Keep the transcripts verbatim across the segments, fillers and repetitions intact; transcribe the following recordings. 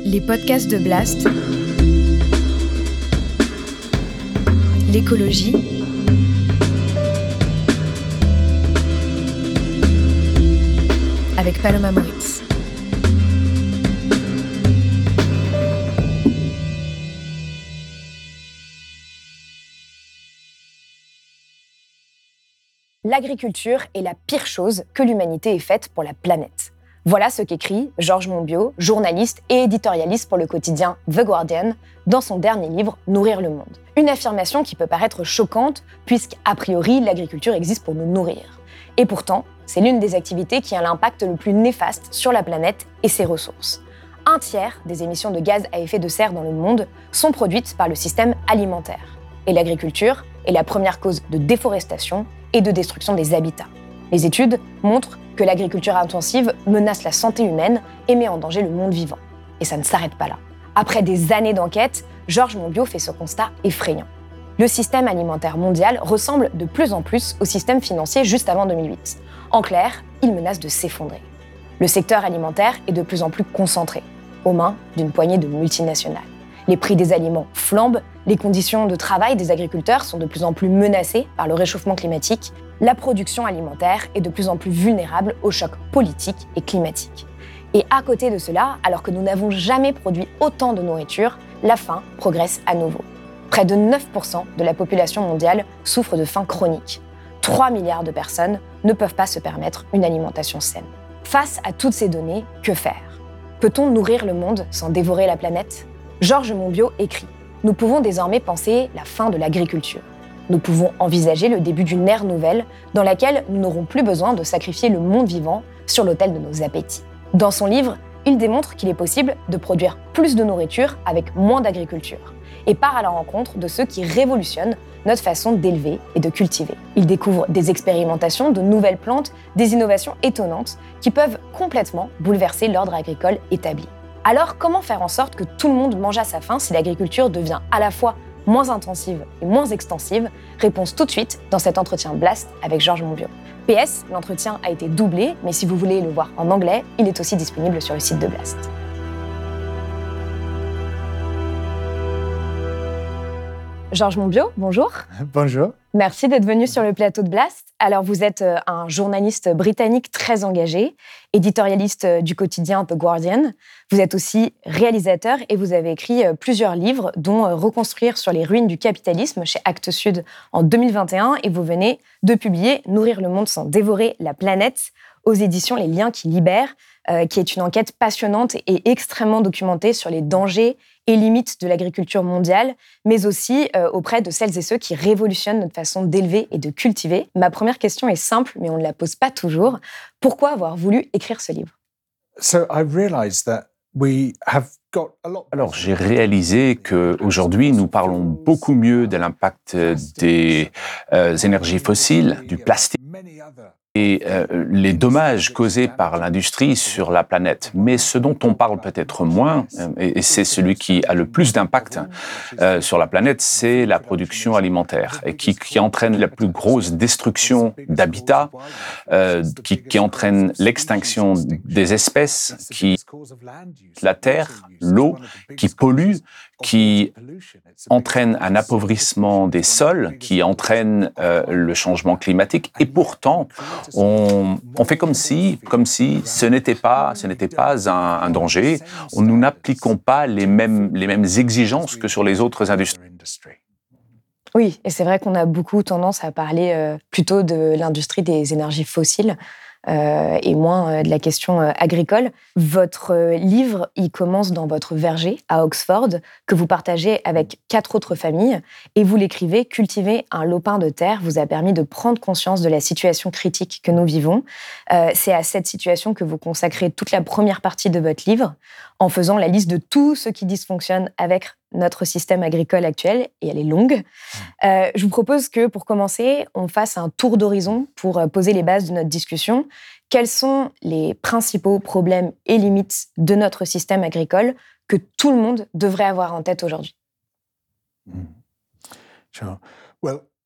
Les podcasts de Blast, l'écologie, avec Paloma Moritz. L'agriculture est la pire chose que l'humanité ait faite pour la planète. Voilà ce qu'écrit Georges Monbiot, journaliste et éditorialiste pour le quotidien The Guardian, dans son dernier livre « Nourrir le monde ». Une affirmation qui peut paraître choquante, puisqu'a priori, l'agriculture existe pour nous nourrir. Et pourtant, c'est l'une des activités qui a l'impact le plus néfaste sur la planète et ses ressources. Un tiers des émissions de gaz à effet de serre dans le monde sont produites par le système alimentaire. Et l'agriculture est la première cause de déforestation et de destruction des habitats. Les études montrent que l'agriculture intensive menace la santé humaine et met en danger le monde vivant. Et ça ne s'arrête pas là. Après des années d'enquête, Georges Monbiot fait ce constat effrayant. Le système alimentaire mondial ressemble de plus en plus au système financier juste avant deux mille huit. En clair, il menace de s'effondrer. Le secteur alimentaire est de plus en plus concentré, aux mains d'une poignée de multinationales. Les prix des aliments flambent, les conditions de travail des agriculteurs sont de plus en plus menacées par le réchauffement climatique, la production alimentaire est de plus en plus vulnérable aux chocs politiques et climatiques. Et à côté de cela, alors que nous n'avons jamais produit autant de nourriture, la faim progresse à nouveau. Près de neuf pour cent de la population mondiale souffre de faim chronique. trois milliards de personnes ne peuvent pas se permettre une alimentation saine. Face à toutes ces données, que faire ? Peut-on nourrir le monde sans dévorer la planète ? Georges Monbiot écrit « Nous pouvons désormais penser la fin de l'agriculture. Nous pouvons envisager le début d'une ère nouvelle dans laquelle nous n'aurons plus besoin de sacrifier le monde vivant sur l'autel de nos appétits. » Dans son livre, il démontre qu'il est possible de produire plus de nourriture avec moins d'agriculture et part à la rencontre de ceux qui révolutionnent notre façon d'élever et de cultiver. Il découvre des expérimentations de nouvelles plantes, des innovations étonnantes qui peuvent complètement bouleverser l'ordre agricole établi. Alors, comment faire en sorte que tout le monde mange à sa faim si l'agriculture devient à la fois moins intensive et moins extensive ? Réponse tout de suite dans cet entretien Blast avec Georges Monbiot. P S, l'entretien a été doublé, mais si vous voulez le voir en anglais, il est aussi disponible sur le site de Blast. Georges Monbiot, bonjour. Bonjour. Merci d'être venu sur le plateau de Blast. Alors, vous êtes un journaliste britannique très engagé, éditorialiste du quotidien The Guardian. Vous êtes aussi réalisateur et vous avez écrit plusieurs livres, dont Reconstruire sur les ruines du capitalisme chez Actes Sud en deux mille vingt et un. Et vous venez de publier Nourrir le monde sans dévorer la planète aux éditions Les Liens qui libèrent, euh, qui est une enquête passionnante et extrêmement documentée sur les dangers et limites de l'agriculture mondiale, mais aussi euh, auprès de celles et ceux qui révolutionnent notre façon d'élever et de cultiver. Ma première question est simple, mais on ne la pose pas toujours. Pourquoi avoir voulu écrire ce livre ? So I realized that we have got a lot. Alors, j'ai réalisé qu'aujourd'hui, nous parlons beaucoup mieux de l'impact des euh, énergies fossiles, du plastique et euh, les dommages causés par l'industrie sur la planète. Mais ce dont on parle peut-être moins, et c'est celui qui a le plus d'impact euh, sur la planète, c'est la production alimentaire, et qui, qui entraîne la plus grosse destruction d'habitats, euh, qui, qui entraîne l'extinction des espèces, qui la terre, l'eau, qui pollue, qui entraîne un appauvrissement des sols, qui entraîne euh, le changement climatique. Et pourtant, on, on fait comme si, comme si ce n'était pas, ce n'était pas un, un danger. Nous n'appliquons pas les mêmes, les mêmes exigences que sur les autres industries. Oui, et c'est vrai qu'on a beaucoup tendance à parler euh, plutôt de l'industrie des énergies fossiles. Euh, et moins euh, de la question euh, agricole. Votre euh, livre, il commence dans votre verger à Oxford, que vous partagez avec quatre autres familles, et vous l'écrivez « Cultiver un lopin de terre vous a permis de prendre conscience de la situation critique que nous vivons ». Euh, c'est à cette situation que vous consacrez toute la première partie de votre livre, en faisant la liste de tout ce qui dysfonctionne avec notre système agricole actuel, et elle est longue. Euh, je vous propose que, pour commencer, on fasse un tour d'horizon pour poser les bases de notre discussion. Quels sont les principaux problèmes et limites de notre système agricole que tout le monde devrait avoir en tête aujourd'hui ? Sure. Well,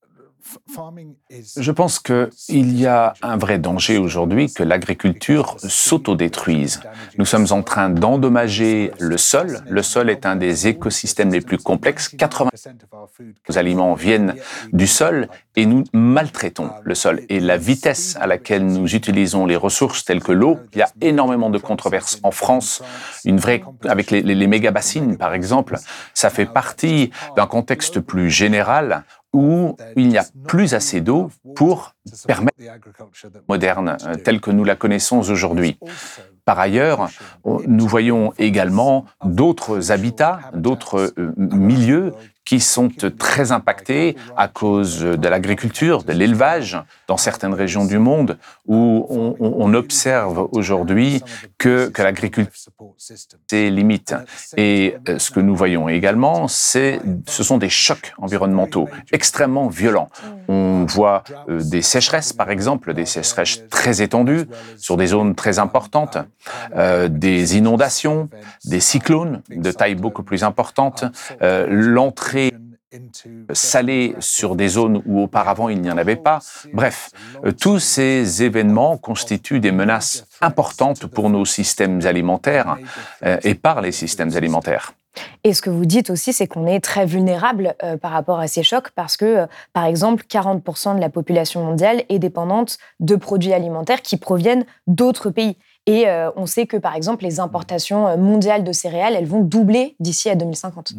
Je pense qu'il y a un vrai danger aujourd'hui que l'agriculture s'autodétruise. Nous sommes en train d'endommager le sol. Le sol est un des écosystèmes les plus complexes. quatre-vingts pour cent de nos aliments viennent du sol et nous maltraitons le sol. Et la vitesse à laquelle nous utilisons les ressources telles que l'eau, il y a énormément de controverses. En France, une vraie, avec les, les, les méga-bassines par exemple, ça fait partie d'un contexte plus général où il n'y a plus assez d'eau pour permettre l'agriculture moderne euh, telle que nous la connaissons aujourd'hui. Par ailleurs, nous voyons également d'autres habitats, d'autres euh, milieux qui sont très impactés à cause de l'agriculture, de l'élevage dans certaines régions du monde où on, on observe aujourd'hui que, que l'agriculture a ses limites. Et ce que nous voyons également, c'est, ce sont des chocs environnementaux extrêmement violents. On voit euh, des sécheresses, par exemple, des sécheresses très étendues sur des zones très importantes, euh, des inondations, des cyclones de taille beaucoup plus importante, euh, l'entrée salée sur des zones où auparavant il n'y en avait pas. Bref, euh, tous ces événements constituent des menaces importantes pour nos systèmes alimentaires euh, et par les systèmes alimentaires. Et ce que vous dites aussi, c'est qu'on est très vulnérable euh, par rapport à ces chocs parce que, euh, par exemple, quarante pour cent de la population mondiale est dépendante de produits alimentaires qui proviennent d'autres pays. Et euh, on sait que, par exemple, les importations mondiales de céréales, elles vont doubler d'ici à deux mille cinquante.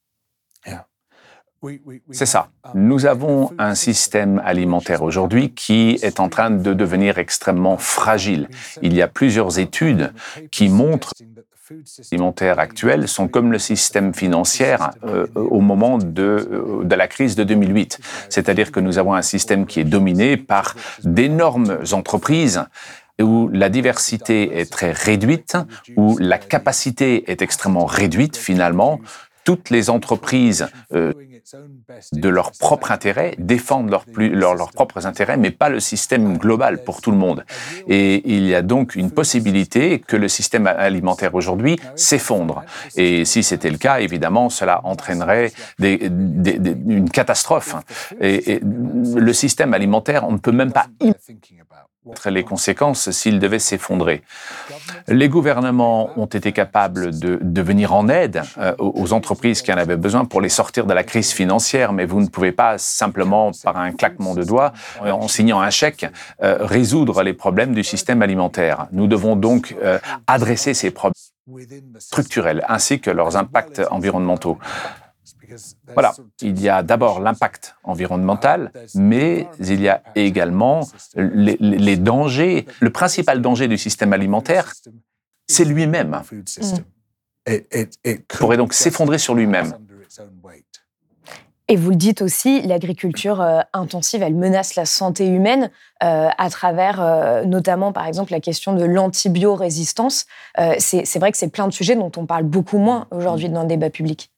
C'est ça. Nous avons un système alimentaire aujourd'hui qui est en train de devenir extrêmement fragile. Il y a plusieurs études qui montrent que les systèmes alimentaires actuels sont comme le système financier euh, au moment de, de la crise de deux mille huit. C'est-à-dire que nous avons un système qui est dominé par d'énormes entreprises où la diversité est très réduite, où la capacité est extrêmement réduite finalement. Toutes les entreprises euh, de leur propre intérêt défendent leurs leur, leur propres intérêts, mais pas le système global pour tout le monde. Et il y a donc une possibilité que le système alimentaire aujourd'hui s'effondre. Et si c'était le cas, évidemment, cela entraînerait des, des, des, une catastrophe. Et, et le système alimentaire, on ne peut même pas imaginer les conséquences s'il devait s'effondrer. Les gouvernements ont été capables de, de venir en aide euh, aux entreprises qui en avaient besoin pour les sortir de la crise financière, mais vous ne pouvez pas simplement, par un claquement de doigts, en signant un chèque, euh, résoudre les problèmes du système alimentaire. Nous devons donc euh, adresser ces problèmes structurels ainsi que leurs impacts environnementaux. Voilà, il y a d'abord l'impact environnemental, mais il y a également les, les dangers. Le principal danger du système alimentaire, c'est lui-même. Mmh. Il pourrait donc s'effondrer sur lui-même. Et vous le dites aussi, l'agriculture euh, intensive, elle menace la santé humaine euh, à travers euh, notamment, par exemple, la question de l'antibiorésistance. Euh, c'est, c'est vrai que c'est plein de sujets dont on parle beaucoup moins aujourd'hui dans le débat public.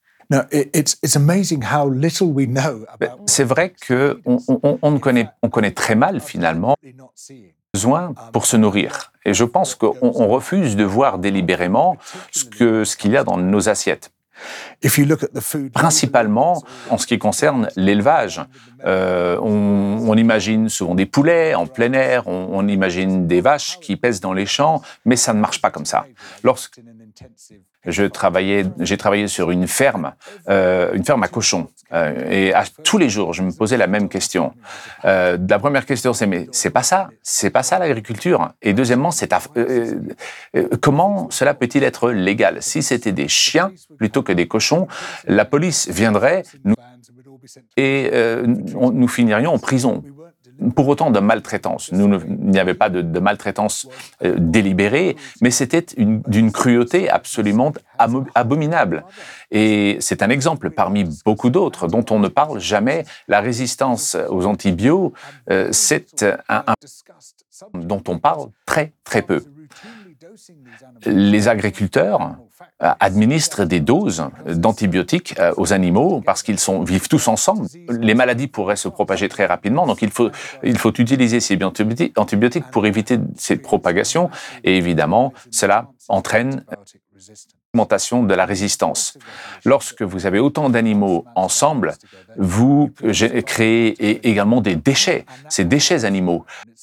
C'est vrai qu'on on, on connaît, on connaît très mal, finalement, les besoins pour se nourrir. Et je pense qu'on on refuse de voir délibérément ce, que, ce qu'il y a dans nos assiettes. Principalement en ce qui concerne l'élevage. Euh, on, on imagine souvent des poulets en plein air, on, on imagine des vaches qui pèsent dans les champs, mais ça ne marche pas comme ça. Lorsque je travaillais, j'ai travaillé sur une ferme, euh, une ferme à cochons, euh, et à, tous les jours, je me posais la même question. Euh, la première question, c'est mais c'est pas ça, c'est pas ça l'agriculture. Et deuxièmement, c'est aff- euh, euh, comment cela peut-il être légal? Si c'était des chiens plutôt que des cochons, la police viendrait nous, et euh, on, nous finirions en prison. Pour autant de maltraitance. Nous, ne, il n'y avait pas de, de maltraitance euh, délibérée, mais c'était une, d'une cruauté absolument amo- abominable. Et c'est un exemple parmi beaucoup d'autres dont on ne parle jamais. La résistance aux antibiotiques, euh, c'est un, un dont on parle très, très peu. Les agriculteurs administrent des doses d'antibiotiques aux animaux parce qu'ils sont, vivent tous ensemble. Les maladies pourraient se propager très rapidement, donc il faut, il faut utiliser ces antibiotiques pour éviter ces propagations. Et évidemment, cela entraîne augmentation de la résistance. Lorsque vous avez autant d'animaux ensemble, vous créez également des déchets, ces déchets animaux.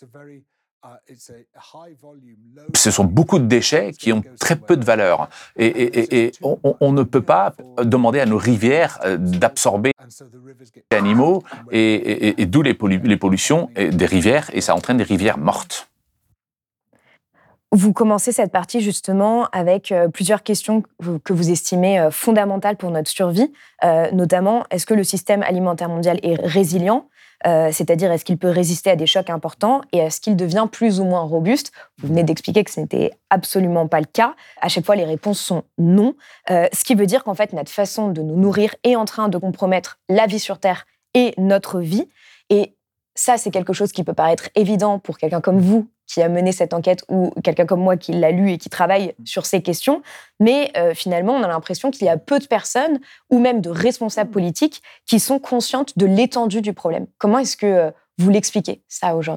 Ce sont beaucoup de déchets qui ont très peu de valeur. Et, et, et on, on ne peut pas demander à nos rivières d'absorber les animaux, et, et, et d'où les, pollu- les pollutions des rivières, et ça entraîne des rivières mortes. Vous commencez cette partie justement avec euh, plusieurs questions que vous, que vous estimez euh, fondamentales pour notre survie, euh, notamment est-ce que le système alimentaire mondial est résilient, euh, c'est-à-dire est-ce qu'il peut résister à des chocs importants et est-ce qu'il devient plus ou moins robuste. Vous venez d'expliquer que ce n'était absolument pas le cas. À chaque fois, les réponses sont non, euh, ce qui veut dire qu'en fait, notre façon de nous nourrir est en train de compromettre la vie sur Terre et notre vie. Et ça, c'est quelque chose qui peut paraître évident pour quelqu'un comme vous qui a mené cette enquête ou quelqu'un comme moi qui l'a lu et qui travaille sur ces questions. Mais euh, finalement, on a l'impression qu'il y a peu de personnes ou même de responsables politiques qui sont conscientes de l'étendue du problème. Comment est-ce que euh, vous l'expliquez, ça, aujourd'hui ?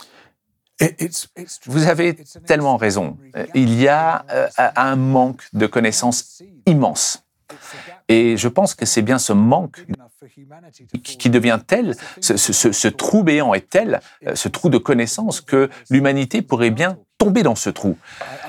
Vous avez tellement raison. Il y a euh, un manque de connaissances immense. Et je pense que c'est bien ce manque qui devient tel, ce, ce, ce trou béant est tel, ce trou de connaissances, que l'humanité pourrait bien tomber dans ce trou.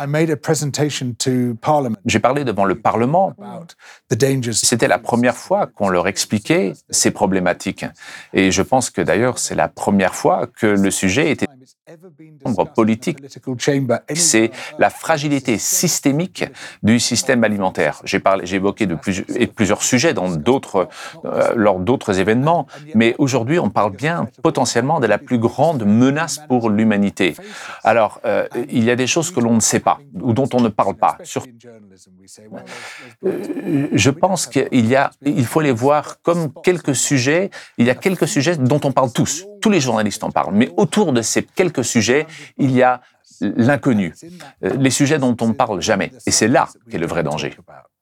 J'ai parlé devant le Parlement. C'était la première fois qu'on leur expliquait ces problématiques. Et je pense que d'ailleurs, c'est la première fois que le sujet était politique. C'est la fragilité systémique du système alimentaire. J'ai parlé, j'ai évoqué de plus, plusieurs sujets dans d'autres, euh, lors d'autres événements, mais aujourd'hui, on parle bien potentiellement de la plus grande menace pour l'humanité. Alors, euh, il y a des choses que l'on ne sait pas ou dont on ne parle pas. Sur... Euh, je pense qu'il y a, il faut les voir comme quelques sujets. Il y a quelques sujets dont on parle tous. Tous les journalistes en parlent, mais autour de ces quelques sujets, il y a l'inconnu, les sujets dont on ne parle jamais. Et c'est là qu'est le vrai danger.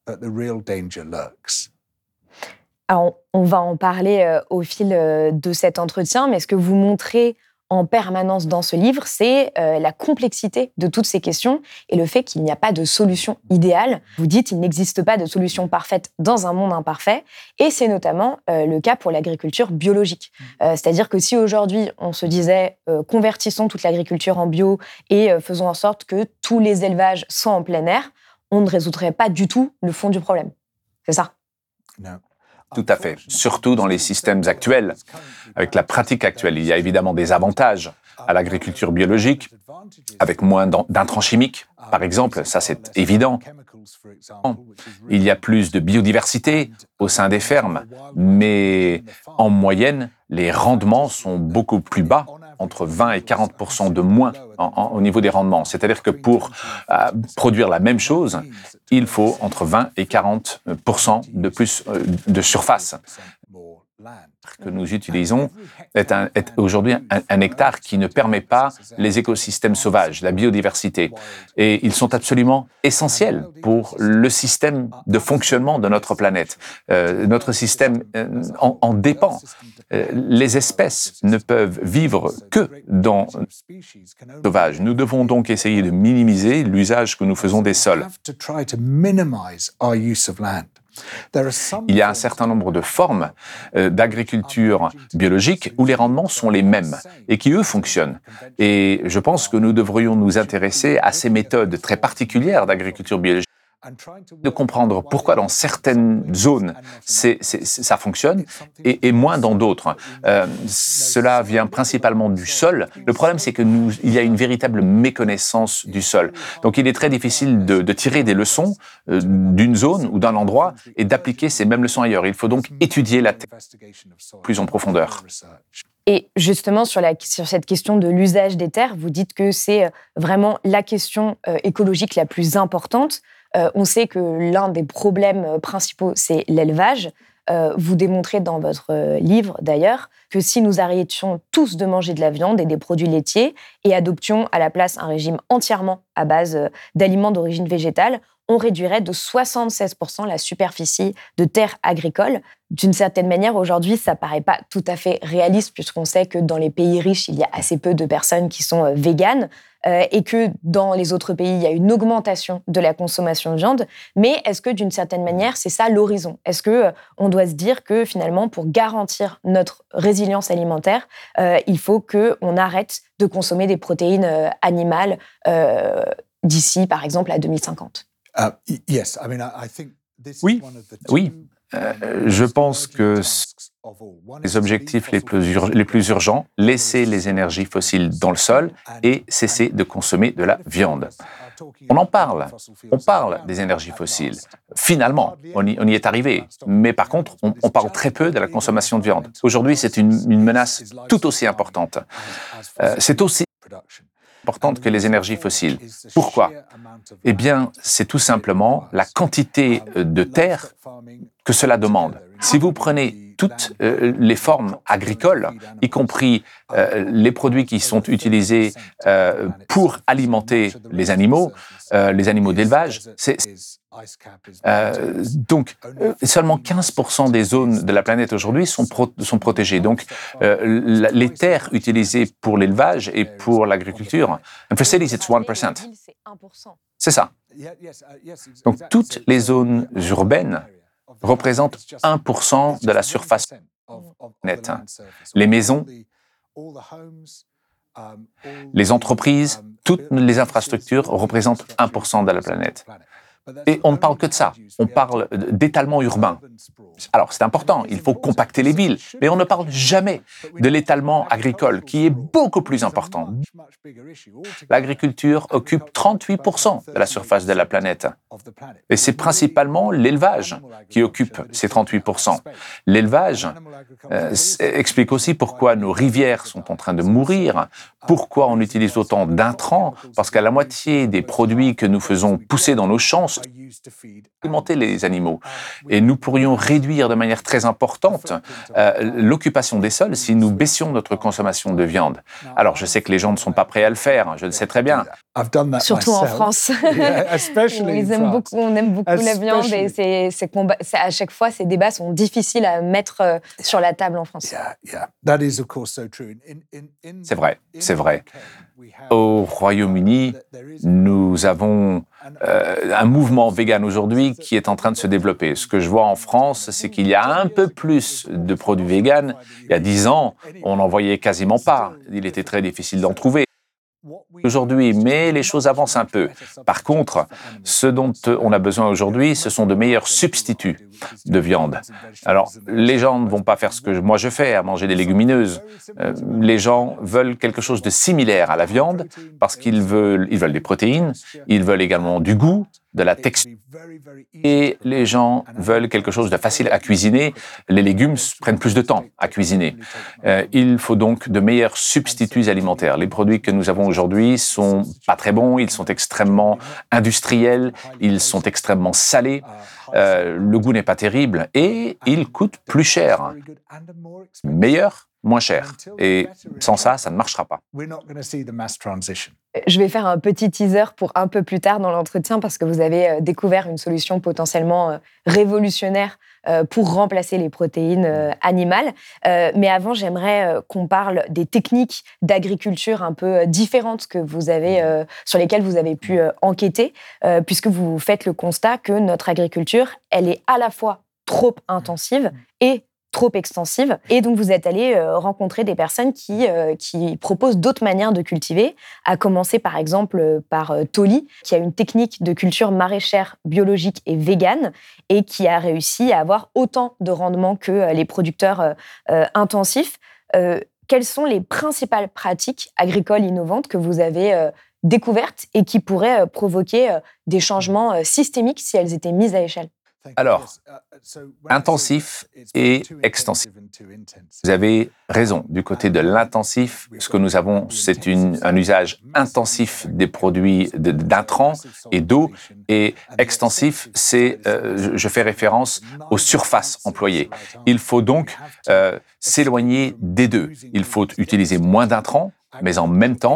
Alors, on va en parler euh, au fil euh, de cet entretien, mais ce que vous montrez en permanence dans ce livre, c'est euh, la complexité de toutes ces questions et le fait qu'il n'y a pas de solution idéale. Vous dites qu'il n'existe pas de solution parfaite dans un monde imparfait, et c'est notamment euh, le cas pour l'agriculture biologique. Euh, c'est-à-dire que si aujourd'hui on se disait euh, convertissons toute l'agriculture en bio et euh, faisons en sorte que tous les élevages soient en plein air, on ne résoudrait pas du tout le fond du problème. C'est ça ? No. Tout à fait. Surtout dans les systèmes actuels, avec la pratique actuelle. Il y a évidemment des avantages à l'agriculture biologique, avec moins d'intrants chimiques, par exemple, ça c'est évident. Il y a plus de biodiversité au sein des fermes, mais en moyenne, les rendements sont beaucoup plus bas, entre vingt et quarante pour cent de moins en, en, au niveau des rendements. C'est-à-dire que pour euh, produire la même chose, il faut entre vingt et quarante pour cent de plus euh, de surface que nous utilisons est, un, est aujourd'hui un, un hectare qui ne permet pas les écosystèmes sauvages, la biodiversité. Et ils sont absolument essentiels pour le système de fonctionnement de notre planète. Euh, notre système euh, en, en dépend. Euh, les espèces ne peuvent vivre que dans le sauvage. Nous devons donc essayer de minimiser l'usage que nous faisons des sols. Il y a un certain nombre de formes euh, d'agriculture biologique où les rendements sont les mêmes et qui, eux, fonctionnent. Et je pense que nous devrions nous intéresser à ces méthodes très particulières d'agriculture biologique, de comprendre pourquoi dans certaines zones c'est, c'est, ça fonctionne et, et moins dans d'autres. Euh, cela vient principalement du sol. Le problème, c'est que nous, il y a une véritable méconnaissance du sol. Donc, il est très difficile de, de tirer des leçons euh, d'une zone ou d'un endroit et d'appliquer ces mêmes leçons ailleurs. Il faut donc étudier la terre plus en profondeur. Et justement, sur, la, sur cette question de l'usage des terres, vous dites que c'est vraiment la question euh, écologique la plus importante. Euh, on sait que l'un des problèmes principaux, c'est l'élevage. Euh, vous démontrez dans votre euh, livre, d'ailleurs, que si nous arrêtions tous de manger de la viande et des produits laitiers et adoptions à la place un régime entièrement à base euh, d'aliments d'origine végétale, on réduirait de soixante-seize pour cent la superficie de terres agricoles. D'une certaine manière, aujourd'hui, ça paraît pas tout à fait réaliste puisqu'on sait que dans les pays riches, il y a assez peu de personnes qui sont euh, véganes euh, et que dans les autres pays, il y a une augmentation de la consommation de viande. Mais est-ce que d'une certaine manière, c'est ça l'horizon ? Est-ce que euh, on doit se dire que finalement, pour garantir notre résilience alimentaire, euh, il faut qu'on arrête de consommer des protéines euh, animales euh, d'ici, par exemple, à deux mille cinquante ? Uh, y- yes, I mean, I I think this is Oui, one of the oui. two Euh, je pense que les objectifs les plus, ur- les plus urgents, laisser les énergies fossiles dans le sol et cesser de consommer de la viande. On en parle, on parle des énergies fossiles. Finalement, on y, on y est arrivé. Mais par contre, on, on parle très peu de la consommation de viande. Aujourd'hui, c'est une, une menace tout aussi importante. Euh, c'est aussi importante que les énergies fossiles. Pourquoi ? Eh bien, c'est tout simplement la quantité de terre que cela demande. Si vous prenez toutes euh, les formes agricoles, y compris euh, les produits qui sont utilisés euh, pour alimenter les animaux, euh, les animaux d'élevage, c'est, euh, donc euh, seulement quinze pour cent des zones de la planète aujourd'hui sont, pro- sont protégées. Donc euh, la- les terres utilisées pour l'élevage et pour l'agriculture, and for cities it's one percent. C'est ça. Donc toutes les zones urbaines représentent un pour cent de la surface nette. Les maisons, les entreprises, toutes les infrastructures représentent un pour cent de la planète. Et on ne parle que de ça. On parle d'étalement urbain. Alors, c'est important, il faut compacter les villes, mais on ne parle jamais de l'étalement agricole, qui est beaucoup plus important. L'agriculture occupe trente-huit pour cent de la surface de la planète. Et c'est principalement l'élevage qui occupe ces trente-huit pour cent. L'élevage euh, explique aussi pourquoi nos rivières sont en train de mourir, pourquoi on utilise autant d'intrants, parce qu'à la moitié des produits que nous faisons pousser dans nos champs alimenter les animaux. Et nous pourrions réduire de manière très importante euh, l'occupation des sols si nous baissions notre consommation de viande. Alors, je sais que les gens ne sont pas prêts à le faire, je le sais très bien. Surtout en France. Yeah, especially Ils in aiment France. beaucoup, on aime beaucoup la viande et Especially. c'est, c'est combat, c'est- à chaque fois, ces débats sont difficiles à mettre euh, sur la table en France. Yeah, yeah. That is of course so true. In- in- in- C'est vrai, in c'est the vrai. U K, we have- Au Royaume-Uni, nous avons euh, un mouvement vegan aujourd'hui qui est en train de se développer. Ce que je vois en France, c'est qu'il y a un peu plus de produits véganes. Il y a dix ans, on n'en voyait quasiment pas. Il était très difficile d'en trouver aujourd'hui, mais les choses avancent un peu. Par contre, ce dont on a besoin aujourd'hui, ce sont de meilleurs substituts de viande. Alors, les gens ne vont pas faire ce que moi je fais, à manger des légumineuses. Euh, les gens veulent quelque chose de similaire à la viande parce qu'ils veulent, ils veulent des protéines, ils veulent également du goût, de la texture. Et les gens veulent quelque chose de facile à cuisiner. Les légumes prennent plus de temps à cuisiner. Euh, il faut donc de meilleurs substituts alimentaires. Les produits que nous avons aujourd'hui sont pas très bons, ils sont extrêmement industriels, ils sont extrêmement salés, euh, le goût n'est pas terrible et ils coûtent plus cher. Meilleur, moins cher. Et sans ça, ça ne marchera pas. We're not going to see the mass transition. Je vais faire un petit teaser pour un peu plus tard dans l'entretien parce que vous avez euh, découvert une solution potentiellement euh, révolutionnaire euh, pour remplacer les protéines euh, animales. Euh, mais avant, j'aimerais euh, qu'on parle des techniques d'agriculture un peu euh, différentes que vous avez, euh, sur lesquelles vous avez pu euh, enquêter, euh, puisque vous faites le constat que notre agriculture, elle est à la fois trop intensive et trop extensive. Et donc, vous êtes allé euh, rencontrer des personnes qui, euh, qui proposent d'autres manières de cultiver, à commencer par exemple euh, par euh, Toli, qui a une technique de culture maraîchère biologique et végane et qui a réussi à avoir autant de rendement que euh, les producteurs euh, euh, intensifs. Euh, quelles sont les principales pratiques agricoles innovantes que vous avez euh, découvertes et qui pourraient euh, provoquer euh, des changements euh, systémiques si elles étaient mises à échelle ? Alors, intensif et extensif. Vous avez raison. Du côté de l'intensif, ce que nous avons, c'est une, un usage intensif des produits de- d'intrants et d'eau. Et extensif, c'est, euh, je fais référence aux surfaces employées. Il faut donc euh, s'éloigner des deux. Il faut utiliser moins d'intrants, mais en même temps,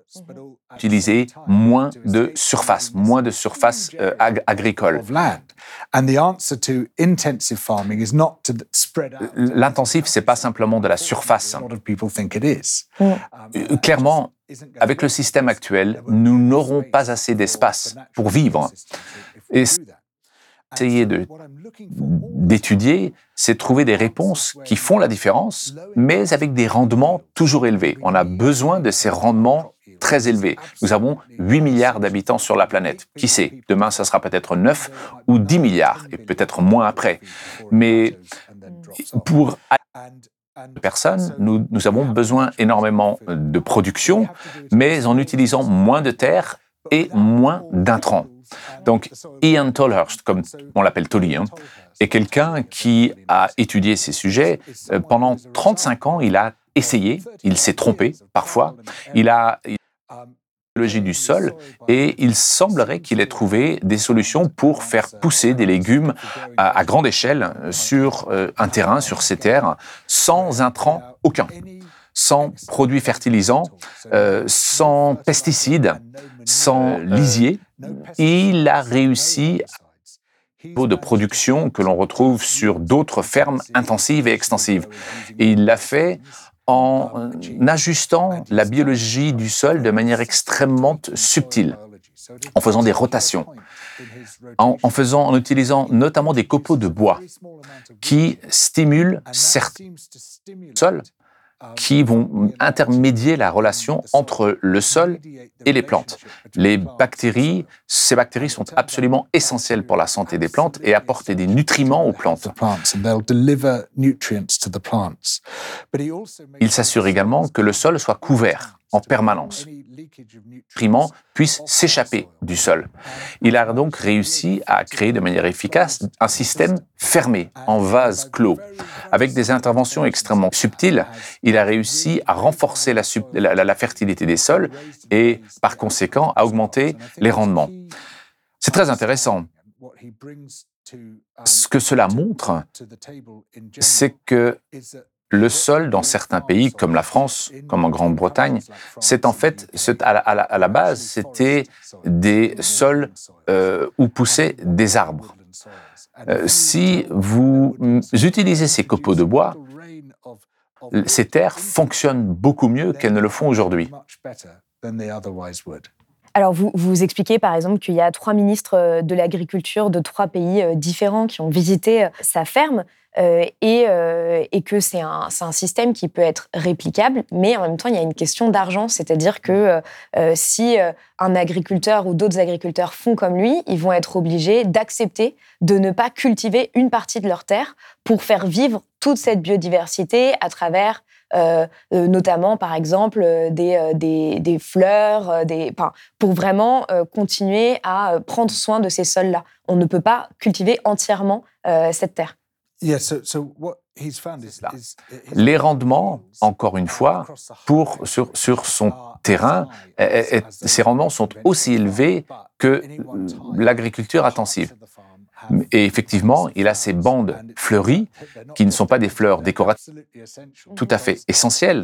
utiliser moins de surface, moins de surface euh, ag- agricole. of land. And the answer to intensive farming is not to spread out. L'intensif, c'est pas simplement de la surface. A lot of people think it is. Euh, Clairement, avec le système actuel, nous n'aurons pas assez d'espace pour vivre. Et essayer de, d'étudier, c'est trouver des réponses qui font la différence, mais avec des rendements toujours élevés. On a besoin de ces rendements très élevés. Nous avons huit milliards d'habitants sur la planète. Qui sait, demain, ça sera peut-être neuf ou dix milliards, et peut-être moins après. Mais pour personnes, nous, nous avons besoin énormément de production, mais en utilisant moins de terre et moins d'intrants. Donc, Ian Tolhurst, comme on l'appelle Tolly, hein, est quelqu'un qui a étudié ces sujets. Euh, pendant trente-cinq ans, il a essayé, il s'est trompé parfois, il a biologie du sol et il semblerait qu'il ait trouvé des solutions pour faire pousser des légumes à, à grande échelle sur euh, un terrain, sur ces terres, sans intrants aucun, sans produits fertilisants, euh, sans pesticides, sans lisier. Il a réussi au niveau de production que l'on retrouve sur d'autres fermes intensives et extensives. Et il l'a fait en ajustant la biologie du sol de manière extrêmement subtile, en faisant des rotations, en, en, faisant, en utilisant notamment des copeaux de bois qui stimulent certains sols, qui vont intermédier la relation entre le sol et les plantes. Les bactéries, ces bactéries sont absolument essentielles pour la santé des plantes et apportent des nutriments aux plantes. Il s'assure également que le sol soit couvert en permanence. Les nutriments puissent s'échapper du sol. Il a donc réussi à créer de manière efficace un système fermé, en vase clos. Avec des interventions extrêmement subtiles, il a réussi à renforcer la, sub- la, la, la fertilité des sols et, par conséquent, à augmenter les rendements. C'est très intéressant. Ce que cela montre, c'est que le sol dans certains pays, comme la France, comme en Grande-Bretagne, c'est en fait, c'est à, la, à, la, à la base, c'était des sols euh, où poussaient des arbres. Euh, si vous utilisez ces copeaux de bois, ces terres fonctionnent beaucoup mieux qu'elles ne le font aujourd'hui. Alors, vous, vous expliquez par exemple qu'il y a trois ministres de l'agriculture de trois pays différents qui ont visité sa ferme euh, et, euh, et que c'est un, c'est un système qui peut être réplicable, mais en même temps, il y a une question d'argent, c'est-à-dire que euh, si un agriculteur ou d'autres agriculteurs font comme lui, ils vont être obligés d'accepter de ne pas cultiver une partie de leur terre pour faire vivre toute cette biodiversité à travers Euh, euh, notamment, par exemple, euh, des, euh, des, des fleurs, euh, des, enfin, pour vraiment euh, continuer à euh, prendre soin de ces sols-là. On ne peut pas cultiver entièrement euh, cette terre. Yeah, so, so what he's found is, is, is Les rendements, encore une fois, pour, sur, sur son terrain, et, et, ces rendements sont aussi élevés que l'agriculture intensive. Et effectivement, il a ces bandes fleuries qui ne sont pas des fleurs décoratives, tout à fait essentielles,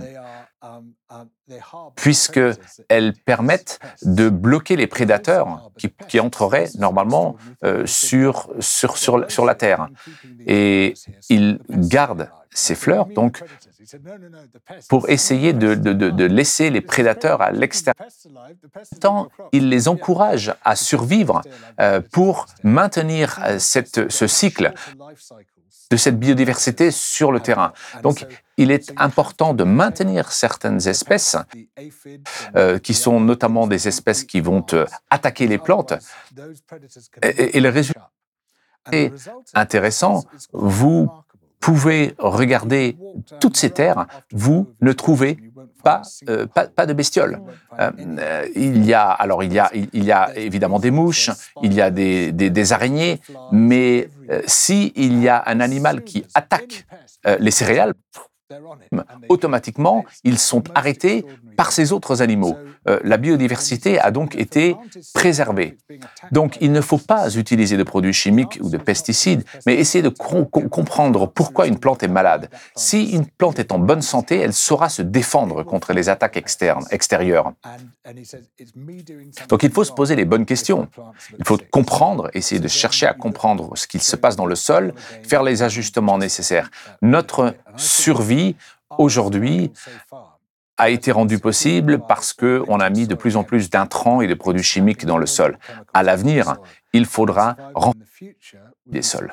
puisqu'elles permettent de bloquer les prédateurs qui, qui entreraient normalement euh, sur, sur, sur, sur la terre. Et il garde ces fleurs, donc, pour essayer de, de, de, de laisser les prédateurs à l'extérieur. Tant il les encourage à survivre euh, pour maintenir euh, cette, ce cycle de cette biodiversité sur le terrain. Donc, il est important de maintenir certaines espèces, euh, qui sont notamment des espèces qui vont euh, attaquer les plantes. Et, et le résultat est intéressant. Vous pouvez regarder toutes ces terres, vous ne trouvez pas, euh, pas, pas de bestioles. Euh, euh, il y a, alors il y a, il y a évidemment des mouches, il y a des, des, des araignées, mais euh, si il y a un animal qui attaque euh, les céréales, automatiquement, ils sont arrêtés par ces autres animaux. Euh, la biodiversité a donc été préservée. Donc, il ne faut pas utiliser de produits chimiques ou de pesticides, mais essayer de com- com- comprendre pourquoi une plante est malade. Si une plante est en bonne santé, elle saura se défendre contre les attaques externes, extérieures. Donc, il faut se poser les bonnes questions. Il faut comprendre, essayer de chercher à comprendre ce qu'il se passe dans le sol, faire les ajustements nécessaires. Notre survie, aujourd'hui, a été rendue possible parce qu'on a mis de plus en plus d'intrants et de produits chimiques dans le sol. À l'avenir, il faudra renforcer les sols.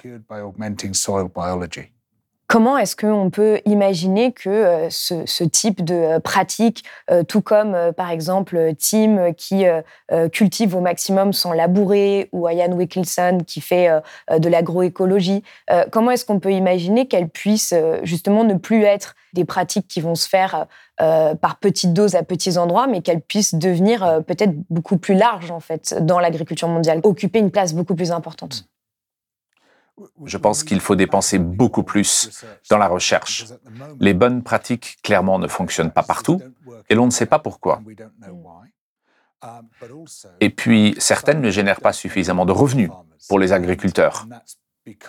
Comment est-ce qu'on peut imaginer que euh, ce, ce type de euh, pratique, euh, tout comme euh, par exemple Tim euh, qui euh, euh, cultive au maximum sans labourer ou Ian Wilkinson qui fait euh, de l'agroécologie, euh, comment est-ce qu'on peut imaginer qu'elles puissent euh, justement ne plus être des pratiques qui vont se faire euh, par petites doses à petits endroits, mais qu'elles puissent devenir euh, peut-être beaucoup plus larges en fait dans l'agriculture mondiale, occuper une place beaucoup plus importante? Je pense qu'il faut dépenser beaucoup plus dans la recherche. Les bonnes pratiques, clairement, ne fonctionnent pas partout et l'on ne sait pas pourquoi. Et puis, certaines ne génèrent pas suffisamment de revenus pour les agriculteurs. Pourquoi ?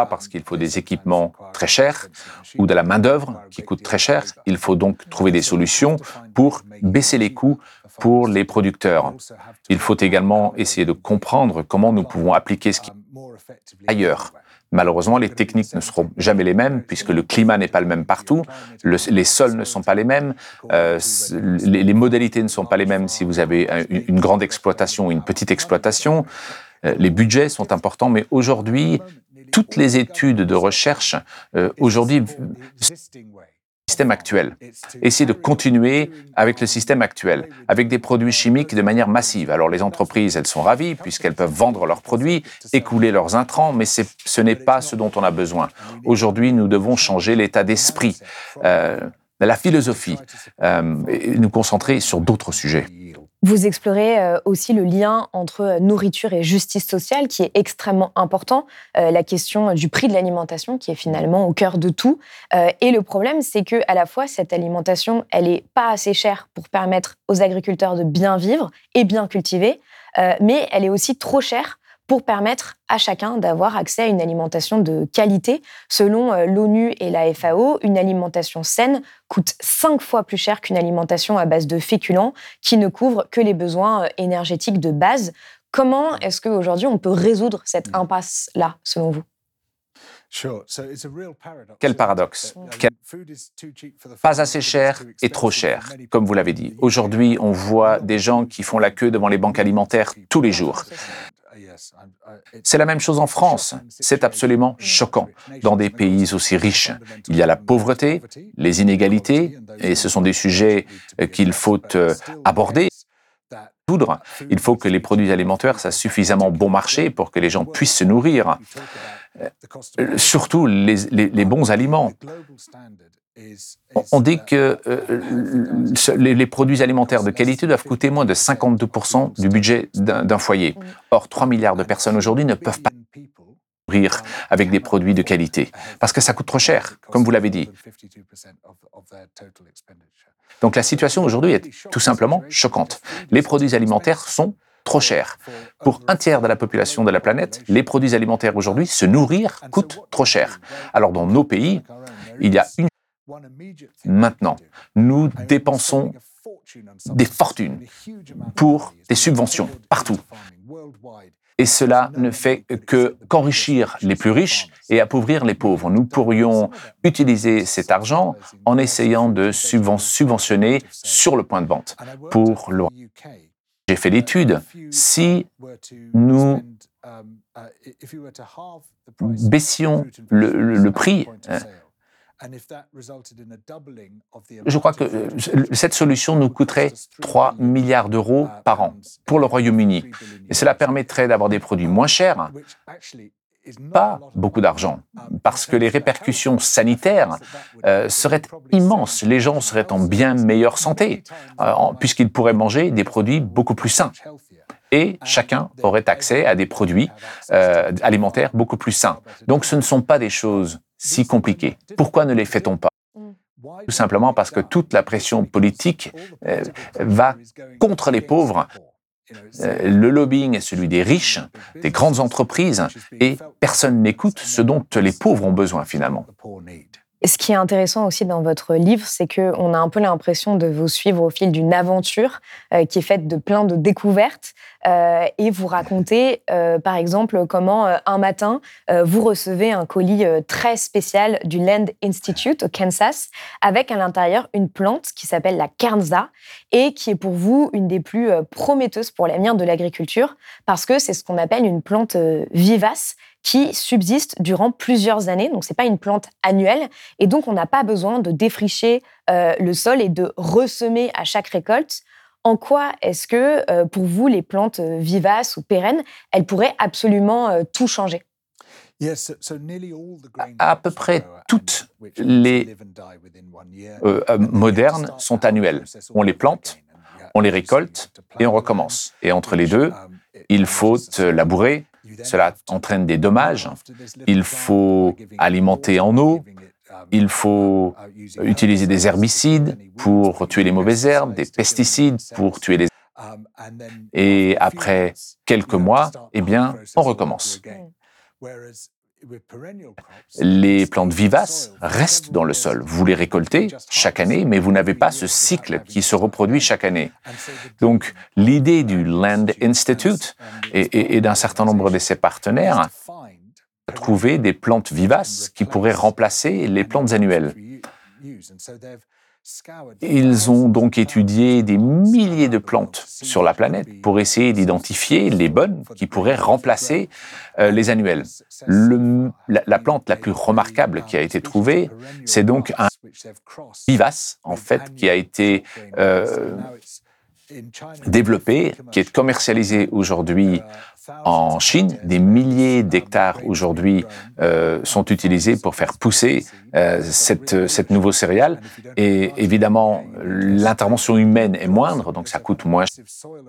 Parce qu'il faut des équipements très chers ou de la main-d'œuvre qui coûte très cher. Il faut donc trouver des solutions pour baisser les coûts pour les producteurs. Il faut également essayer de comprendre comment nous pouvons appliquer ce qui est ailleurs. Malheureusement, les techniques ne seront jamais les mêmes puisque le climat n'est pas le même partout, le, les sols ne sont pas les mêmes, euh, les, les modalités ne sont pas les mêmes si vous avez une, une grande exploitation ou une petite exploitation. Euh, les budgets sont importants, mais aujourd'hui, toutes les études de recherche, euh, aujourd'hui, système actuel. Essayer de continuer avec le système actuel, avec des produits chimiques de manière massive. Alors les entreprises, elles sont ravies puisqu'elles peuvent vendre leurs produits, écouler leurs intrants, mais c'est, ce n'est pas ce dont on a besoin. Aujourd'hui, nous devons changer l'état d'esprit, euh, la philosophie, euh, et nous concentrer sur d'autres sujets. Vous explorez euh, aussi le lien entre nourriture et justice sociale qui est extrêmement important, euh, la question du prix de l'alimentation qui est finalement au cœur de tout. Euh, et le problème, c'est que à la fois cette alimentation, elle est pas assez chère pour permettre aux agriculteurs de bien vivre et bien cultiver, euh, mais elle est aussi trop chère pour permettre à chacun d'avoir accès à une alimentation de qualité. Selon l'ONU et la F A O, une alimentation saine coûte cinq fois plus cher qu'une alimentation à base de féculents qui ne couvre que les besoins énergétiques de base. Comment est-ce qu'aujourd'hui on peut résoudre cette impasse-là, selon vous ? Quel paradoxe. Quel... Pas assez cher et trop cher, comme vous l'avez dit. Aujourd'hui, on voit des gens qui font la queue devant les banques alimentaires tous les jours. C'est la même chose en France. C'est absolument choquant. Dans des pays aussi riches, il y a la pauvreté, les inégalités, et ce sont des sujets qu'il faut aborder. Il faut que les produits alimentaires soient suffisamment bon marché pour que les gens puissent se nourrir. Surtout les, les, les bons aliments. On dit que euh, les, les produits alimentaires de qualité doivent coûter moins de cinquante-deux pour cent du budget d'un, d'un foyer. Or, trois milliards de personnes aujourd'hui ne peuvent pas nourrir avec des produits de qualité parce que ça coûte trop cher, comme vous l'avez dit. Donc la situation aujourd'hui est tout simplement choquante. Les produits alimentaires sont trop chers. Pour un tiers de la population de la planète, les produits alimentaires aujourd'hui, se nourrir coûte trop cher. Alors dans nos pays, il y a une Maintenant, nous dépensons des fortunes pour des subventions partout. Et cela ne fait que qu'enrichir les plus riches et appauvrir les pauvres. Nous pourrions utiliser cet argent en essayant de subventionner sur le point de vente. Pour le... J'ai fait l'étude. Si nous baissions le, le, le prix, je crois que cette solution nous coûterait trois milliards d'euros par an pour le Royaume-Uni. Et cela permettrait d'avoir des produits moins chers, pas beaucoup d'argent, parce que les répercussions sanitaires euh, seraient immenses. Les gens seraient en bien meilleure santé, euh, puisqu'ils pourraient manger des produits beaucoup plus sains. Et chacun aurait accès à des produits euh, alimentaires beaucoup plus sains. Donc ce ne sont pas des choses si compliquées. Pourquoi ne les fait-on pas ? Tout simplement parce que toute la pression politique euh, va contre les pauvres. Euh, le lobbying est celui des riches, des grandes entreprises, et personne n'écoute ce dont les pauvres ont besoin finalement. Et ce qui est intéressant aussi dans votre livre, c'est qu'on a un peu l'impression de vous suivre au fil d'une aventure euh, qui est faite de plein de découvertes. Euh, et vous racontez, euh, par exemple, comment euh, un matin, euh, vous recevez un colis euh, très spécial du Land Institute au Kansas, avec à l'intérieur une plante qui s'appelle la kernza et qui est pour vous une des plus euh, prometteuses pour l'avenir de l'agriculture, parce que c'est ce qu'on appelle une plante euh, vivace qui subsiste durant plusieurs années. Donc, ce n'est pas une plante annuelle. Et donc, on n'a pas besoin de défricher euh, le sol et de ressemer à chaque récolte. En quoi est-ce que, euh, pour vous, les plantes euh, vivaces ou pérennes, elles pourraient absolument euh, tout changer? À peu près toutes les euh, euh, modernes sont annuelles. On les plante, on les récolte et on recommence. Et entre les deux, il faut labourer. Cela entraîne des dommages. Il faut alimenter en eau. Il faut utiliser des herbicides pour tuer les mauvaises herbes, des pesticides pour tuer les... Et après quelques mois, eh bien, on recommence. Les plantes vivaces restent dans le sol. Vous les récoltez chaque année, mais vous n'avez pas ce cycle qui se reproduit chaque année. Donc, l'idée du Land Institute et, et, et d'un certain nombre de ses partenaires, trouver des plantes vivaces qui pourraient remplacer les plantes annuelles. Ils ont donc étudié des milliers de plantes sur la planète pour essayer d'identifier les bonnes qui pourraient remplacer euh, les annuelles. Le, la, la plante la plus remarquable qui a été trouvée, c'est donc un vivace, en fait, qui a été euh, développé, qui est commercialisé aujourd'hui en Chine. Des milliers d'hectares aujourd'hui euh, sont utilisés pour faire pousser euh, cette, cette nouveau céréale. Et évidemment, l'intervention humaine est moindre, donc ça coûte moins cher.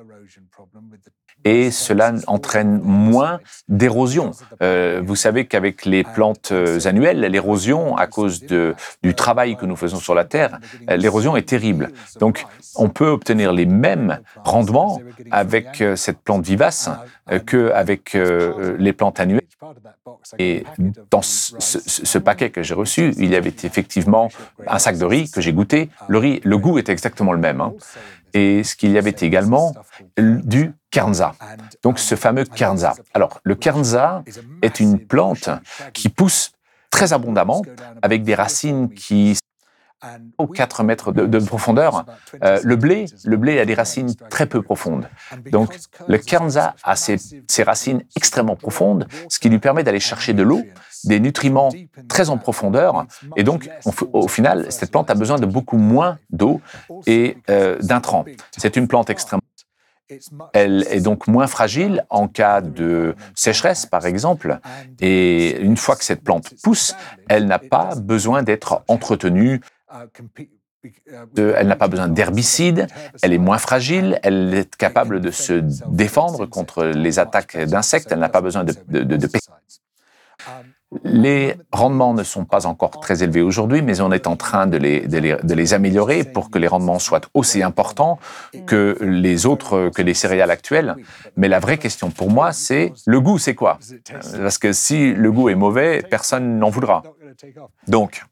Et cela entraîne moins d'érosion. Euh, vous savez qu'avec les plantes annuelles, l'érosion, à cause de, du travail que nous faisons sur la terre, l'érosion est terrible. Donc, on peut obtenir les mêmes rendements avec cette plante vivace qu'avec euh, les plantes annuelles. Et dans ce, ce, ce paquet que j'ai reçu, il y avait effectivement un sac de riz que j'ai goûté. Le riz, le goût est exactement le même. Hein. Et ce qu'il y avait également, du kernza. Donc ce fameux kernza. Alors, le kernza est une plante qui pousse très abondamment avec des racines qui aux quatre mètres de, de profondeur. Euh, le blé, le blé a des racines très peu profondes. Donc, le kernza a ses, ses racines extrêmement profondes, ce qui lui permet d'aller chercher de l'eau, des nutriments très en profondeur. Et donc, on, au final, cette plante a besoin de beaucoup moins d'eau et euh, d'intrants. C'est une plante extrêmement... Elle est donc moins fragile en cas de sécheresse, par exemple. Et une fois que cette plante pousse, elle n'a pas besoin d'être entretenue. De, elle n'a pas besoin d'herbicides, elle est moins fragile, elle est capable de se défendre contre les attaques d'insectes, elle n'a pas besoin de, de, de, de pesticides. Les rendements ne sont pas encore très élevés aujourd'hui, mais on est en train de les, de, les, de les améliorer pour que les rendements soient aussi importants que les autres, que les céréales actuelles. Mais la vraie question pour moi, c'est le goût, c'est quoi? Parce que si le goût est mauvais, personne n'en voudra. Donc,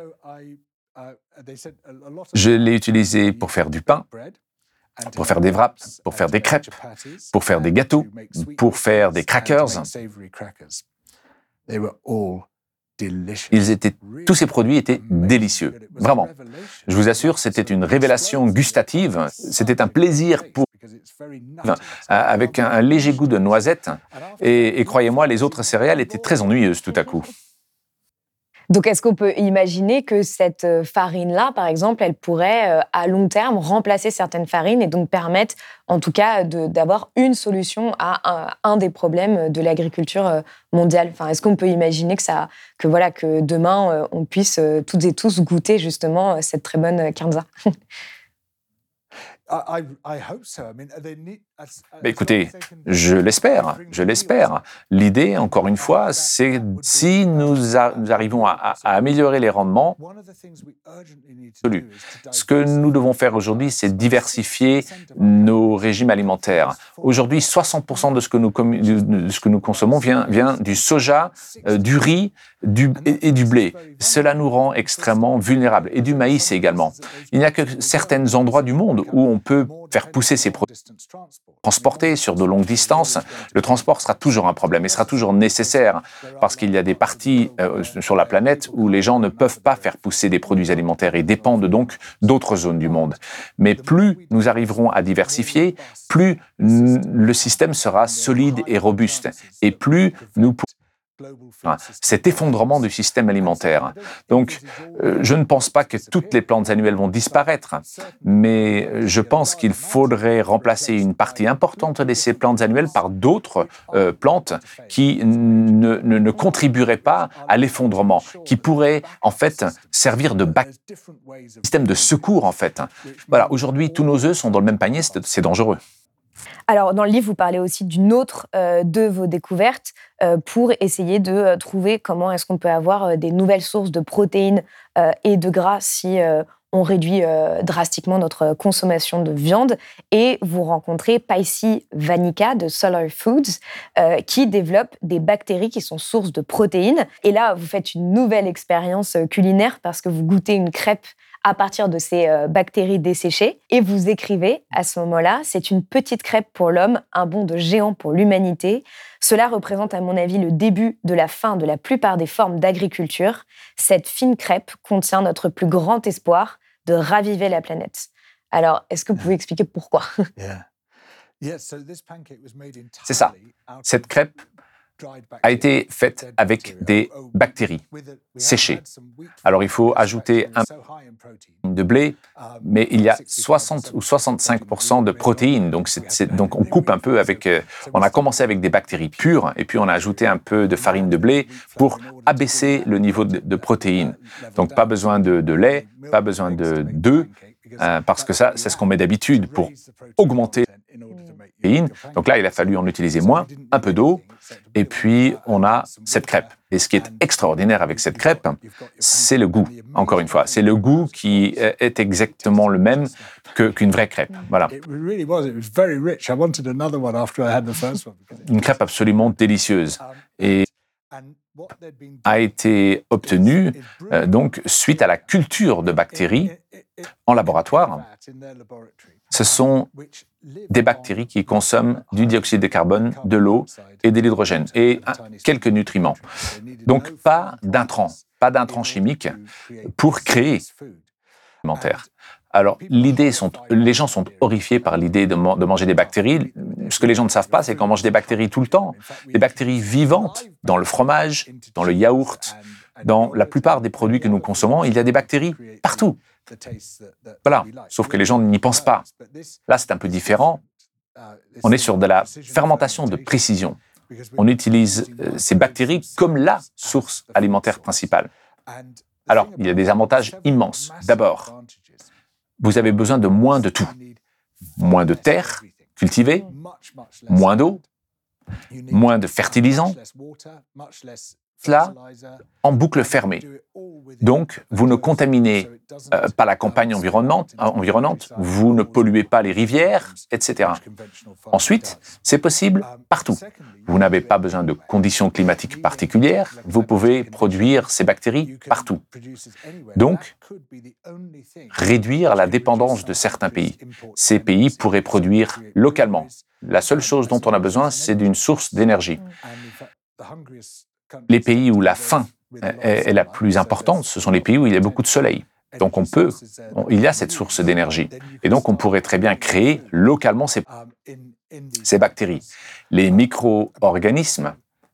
je l'ai utilisé pour faire du pain, pour faire des wraps, pour faire des crêpes, pour faire des gâteaux, pour faire des crackers. Ils étaient, tous ces produits étaient délicieux, vraiment. Je vous assure, c'était une révélation gustative, c'était un plaisir pour avec un, un léger goût de noisette. Et, et croyez-moi, les autres céréales étaient très ennuyeuses tout à coup. Donc, est-ce qu'on peut imaginer que cette farine-là, par exemple, elle pourrait, à long terme, remplacer certaines farines et donc permettre, en tout cas, de, d'avoir une solution à un, un des problèmes de l'agriculture mondiale? Enfin, est-ce qu'on peut imaginer que, ça, que, voilà, que demain, on puisse toutes et tous goûter justement cette très bonne kernza? Mais écoutez, je l'espère, je l'espère. L'idée, encore une fois, c'est si nous, a- nous arrivons à, à- à améliorer les rendements, absolu. Ce que nous devons faire aujourd'hui, c'est diversifier nos régimes alimentaires. Aujourd'hui, soixante pour cent de ce que nous, commu- de ce que nous consommons vient, vient du soja, euh, du riz du, et, et du blé. Cela nous rend extrêmement vulnérables. Et du maïs également. Il n'y a que certains endroits du monde où on peut faire pousser ces produits. Transporter sur de longues distances, le transport sera toujours un problème et sera toujours nécessaire parce qu'il y a des parties euh, sur la planète où les gens ne peuvent pas faire pousser des produits alimentaires et dépendent donc d'autres zones du monde. Mais plus nous arriverons à diversifier, plus n- le système sera solide et robuste et plus nous pourrons cet effondrement du système alimentaire. Donc, euh, je ne pense pas que toutes les plantes annuelles vont disparaître, mais je pense qu'il faudrait remplacer une partie importante de ces plantes annuelles par d'autres euh, plantes qui ne, ne, ne contribueraient pas à l'effondrement, qui pourraient en fait servir de bac- système de secours en fait. Voilà, aujourd'hui, tous nos œufs sont dans le même panier, c'est, c'est dangereux. Alors, dans le livre, vous parlez aussi d'une autre euh, de vos découvertes euh, pour essayer de euh, trouver comment est-ce qu'on peut avoir euh, des nouvelles sources de protéines euh, et de gras si euh, on réduit euh, drastiquement notre consommation de viande. Et vous rencontrez Paisi Vanika de Solar Foods euh, qui développe des bactéries qui sont sources de protéines. Et là, vous faites une nouvelle expérience culinaire parce que vous goûtez une crêpe à partir de ces euh, bactéries desséchées. Et vous écrivez à ce moment-là, c'est une petite crêpe pour l'homme, un bond de géant pour l'humanité. Cela représente à mon avis le début de la fin de la plupart des formes d'agriculture. Cette fine crêpe contient notre plus grand espoir de raviver la planète. Alors, est-ce que vous pouvez expliquer pourquoi ? C'est ça. Cette crêpe a été faite avec des bactéries séchées. Alors, il faut ajouter un peu de blé, mais il y a soixante ou soixante-cinq pour cent de protéines. Donc, c'est, c'est, donc on coupe un peu avec... Euh, on a commencé avec des bactéries pures et puis on a ajouté un peu de farine de blé pour abaisser le niveau de, de protéines. Donc, pas besoin de, de lait, pas besoin de, d'œufs, euh, parce que ça, c'est ce qu'on met d'habitude pour augmenter les protéines. Donc là, il a fallu en utiliser moins, un peu d'eau, et puis on a cette crêpe. Et ce qui est extraordinaire avec cette crêpe, c'est le goût, encore une fois. C'est le goût qui est exactement le même que, qu'une vraie crêpe. Voilà. Une crêpe absolument délicieuse. Et a été obtenue euh, donc suite à la culture de bactéries en laboratoire. Ce sont des bactéries qui consomment du dioxyde de carbone, de l'eau et de l'hydrogène et hein, quelques nutriments. Donc pas d'intrants, pas d'intrants chimiques pour créer l'alimentaire. Alors, l'idée sont, les gens sont horrifiés par l'idée de, man- de manger des bactéries. Ce que les gens ne savent pas, c'est qu'on mange des bactéries tout le temps. Des bactéries vivantes dans le fromage, dans le yaourt, dans la plupart des produits que nous consommons, il y a des bactéries partout. Voilà, sauf que les gens n'y pensent pas. Là, c'est un peu différent. On est sur de la fermentation de précision. On utilise euh, ces bactéries comme la source alimentaire principale. Alors, il y a des avantages immenses. D'abord, vous avez besoin de moins de tout. Moins de terre cultivée, moins d'eau, moins de fertilisants. Cela en boucle fermée. Donc, vous ne contaminez euh, pas la campagne environnante, environnante, vous ne polluez pas les rivières, et cetera. Ensuite, c'est possible partout. Vous n'avez pas besoin de conditions climatiques particulières, vous pouvez produire ces bactéries partout. Donc, réduire la dépendance de certains pays. Ces pays pourraient produire localement. La seule chose dont on a besoin, c'est d'une source d'énergie. Les pays où la faim est la plus importante, ce sont les pays où il y a beaucoup de soleil. Donc on peut, on, il y a cette source d'énergie. Et donc on pourrait très bien créer localement ces, ces bactéries. Les micro-organismes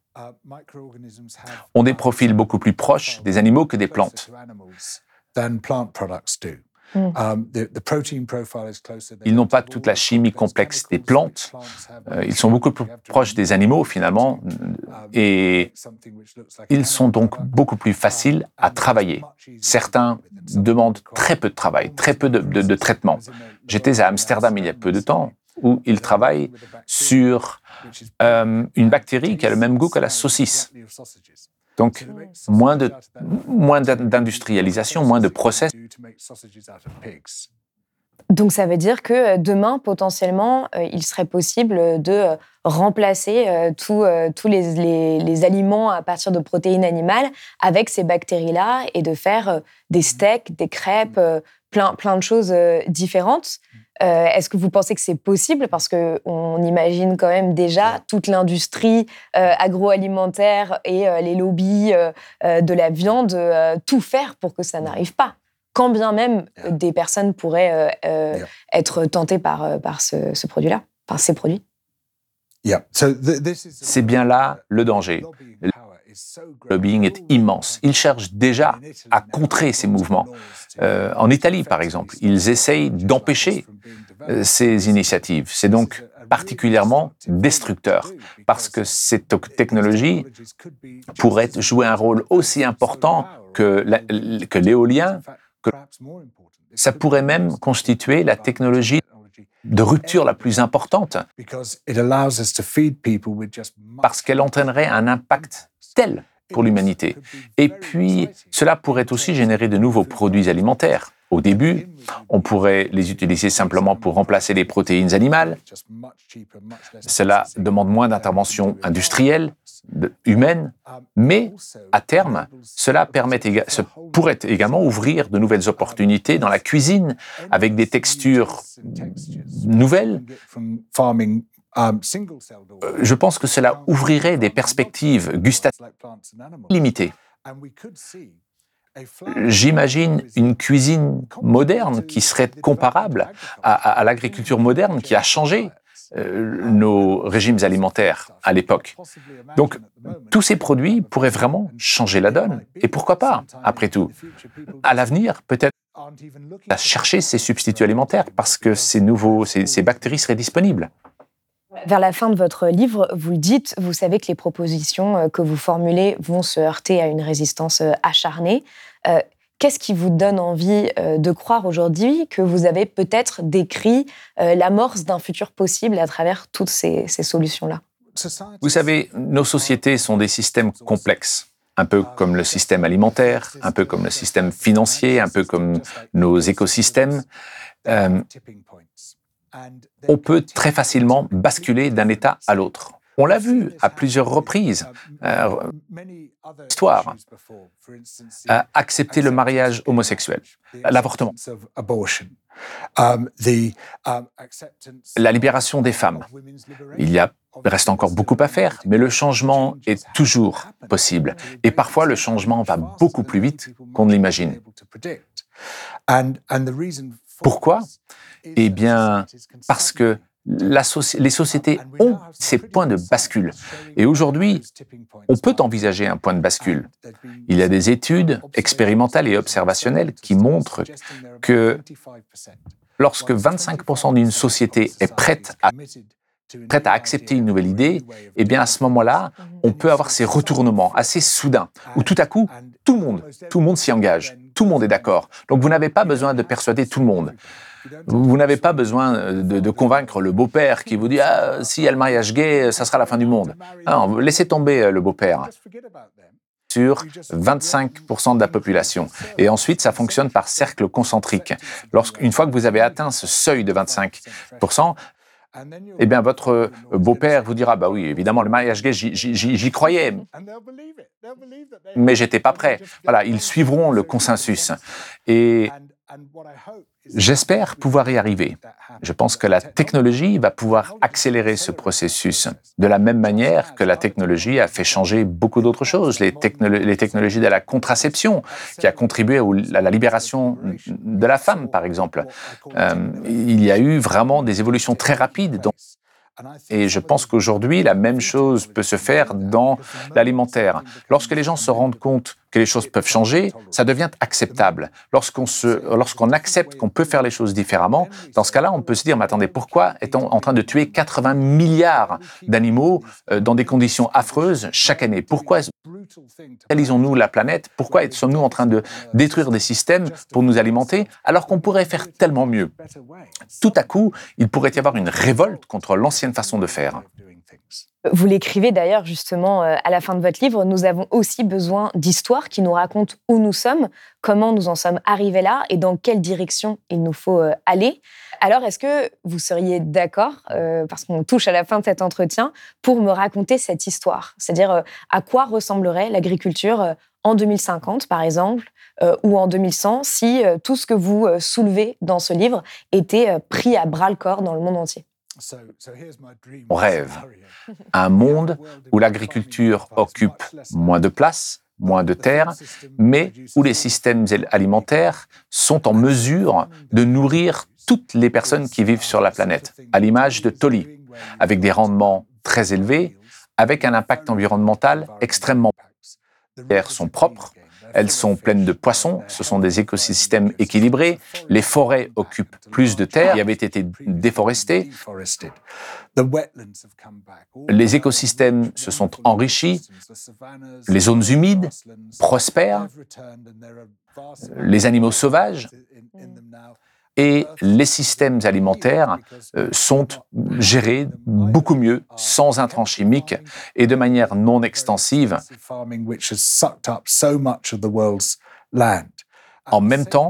ont des profils beaucoup plus proches des animaux que des plantes. Ils n'ont pas toute la chimie complexe des plantes. Euh, ils sont beaucoup plus proches des animaux, finalement, et ils sont donc beaucoup plus faciles à travailler. Certains demandent très peu de travail, très peu de, de, de traitement. J'étais à Amsterdam il y a peu de temps, où ils travaillent sur euh, une bactérie qui a le même goût que la saucisse. Donc, moins de, moins d'industrialisation, moins de process. Donc ça veut dire que demain, potentiellement, euh, il serait possible de euh, remplacer euh, tous euh, tous les, les, les aliments à partir de protéines animales avec ces bactéries-là et de faire euh, des steaks, des crêpes, euh, plein, plein de choses euh, différentes. Euh, est-ce que vous pensez que c'est possible? Parce qu'on imagine quand même déjà toute l'industrie euh, agroalimentaire et euh, les lobbies euh, euh, de la viande, euh, tout faire pour que ça n'arrive pas. Quand bien même yeah. des personnes pourraient euh, euh, yeah. être tentées par, euh, par ce, ce produit-là, par ces produits. Yeah. So th- this is C'est bien là le danger. Le lobbying est immense. Ils cherchent déjà à contrer ces mouvements. Euh, en Italie, par exemple, ils essayent d'empêcher euh, ces initiatives. C'est donc particulièrement destructeur, parce que cette technologie pourrait jouer un rôle aussi important que, la, que l'éolien. Ça pourrait même constituer la technologie de rupture la plus importante, parce qu'elle entraînerait un impact tel pour l'humanité. Et puis, cela pourrait aussi générer de nouveaux produits alimentaires. Au début, on pourrait les utiliser simplement pour remplacer les protéines animales. Cela demande moins d'intervention industrielle, humaine, mais à terme, cela permet éga- ce pourrait également ouvrir de nouvelles opportunités dans la cuisine avec des textures nouvelles. Je pense que cela ouvrirait des perspectives gustatives limitées. J'imagine une cuisine moderne qui serait comparable à, à, à l'agriculture moderne qui a changé euh, nos régimes alimentaires à l'époque. Donc, tous ces produits pourraient vraiment changer la donne. Et pourquoi pas, après tout? À l'avenir, peut-être à chercher ces substituts alimentaires parce que ces, nouveaux, ces, ces bactéries seraient disponibles. Vers la fin de votre livre, vous le dites, vous savez que les propositions que vous formulez vont se heurter à une résistance acharnée. Euh, qu'est-ce qui vous donne envie euh, de croire aujourd'hui que vous avez peut-être décrit euh, l'amorce d'un futur possible à travers toutes ces, ces solutions-là? Vous savez, nos sociétés sont des systèmes complexes, un peu comme le système alimentaire, un peu comme le système financier, un peu comme nos écosystèmes. Euh, on peut très facilement basculer d'un état à l'autre. On l'a vu à plusieurs reprises. Euh, histoire. Euh, accepter le mariage homosexuel, l'avortement, la libération des femmes. Il y a, il reste encore beaucoup à faire, mais le changement est toujours possible. Et parfois, le changement va beaucoup plus vite qu'on ne l'imagine. Pourquoi? Eh bien, parce que la soci- les sociétés ont ces points de bascule. Et aujourd'hui, on peut envisager un point de bascule. Il y a des études expérimentales et observationnelles qui montrent que lorsque vingt-cinq pour cent d'une société est prête à, prête à accepter une nouvelle idée, eh bien, à ce moment-là, on peut avoir ces retournements assez soudains, où tout à coup, tout le monde, tout le monde s'y engage, tout le monde est d'accord. Donc, vous n'avez pas besoin de persuader tout le monde. Vous n'avez pas besoin de, de convaincre le beau-père qui vous dit « Ah, s'il y a le mariage gay, ça sera la fin du monde. » Non, laissez tomber le beau-père sur vingt-cinq pour cent de la population. Et ensuite, ça fonctionne par cercle concentrique. Lorsqu'une fois que vous avez atteint ce seuil de vingt-cinq pour cent, eh bien, votre beau-père vous dira « Bah oui, évidemment, le mariage gay, j'y, j'y, j'y croyais, mais j'étais pas prêt. » Voilà, ils suivront le consensus. Et j'espère pouvoir y arriver. Je pense que la technologie va pouvoir accélérer ce processus de la même manière que la technologie a fait changer beaucoup d'autres choses. Les, technolo- les technologies de la contraception qui a contribué au, à la libération de la femme, par exemple. Euh, il y a eu vraiment des évolutions très rapides. Donc, et je pense qu'aujourd'hui, la même chose peut se faire dans l'alimentaire. Lorsque les gens se rendent compte que les choses peuvent changer, ça devient acceptable. Lorsqu'on se, lorsqu'on accepte qu'on peut faire les choses différemment, dans ce cas-là, on peut se dire, mais attendez, pourquoi est-on en train de tuer quatre-vingts milliards d'animaux euh, dans des conditions affreuses chaque année? Pourquoi réalisons-nous la planète? Pourquoi sommes-nous en train de détruire des systèmes pour nous alimenter alors qu'on pourrait faire tellement mieux? Tout à coup, il pourrait y avoir une révolte contre l'ancienne façon de faire. Vous l'écrivez d'ailleurs justement euh, à la fin de votre livre, nous avons aussi besoin d'histoires qui nous racontent où nous sommes, comment nous en sommes arrivés là et dans quelle direction il nous faut euh, aller. Alors, est-ce que vous seriez d'accord, euh, parce qu'on touche à la fin de cet entretien, pour me raconter cette histoire? C'est-à-dire, euh, à quoi ressemblerait l'agriculture euh, en deux mille cinquante, par exemple, euh, ou en deux mille cent, si euh, tout ce que vous euh, soulevez dans ce livre était euh, pris à bras-le-corps dans le monde entier? On rêve un monde où l'agriculture occupe moins de place, moins de terre, mais où les systèmes alimentaires sont en mesure de nourrir toutes les personnes qui vivent sur la planète, à l'image de Tolly, avec des rendements très élevés, avec un impact environnemental extrêmement bas. Les terres sont propres, elles sont pleines de poissons, ce sont des écosystèmes équilibrés, les forêts occupent plus de terre, qui avaient été déforestées, les écosystèmes se sont enrichis, les zones humides prospèrent, les animaux sauvages et les systèmes alimentaires euh, sont gérés beaucoup mieux, sans intrants chimiques et de manière non extensive. En même temps,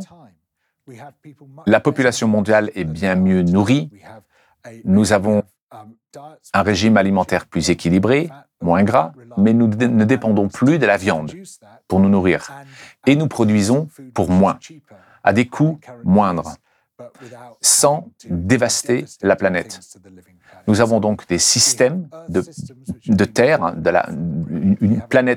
la population mondiale est bien mieux nourrie. Nous avons un régime alimentaire plus équilibré, moins gras, mais nous ne dépendons plus de la viande pour nous nourrir. Et nous produisons pour moins, à des coûts moindres, sans dévaster la planète. Nous avons donc des systèmes de, de terre, de la, une, une planète,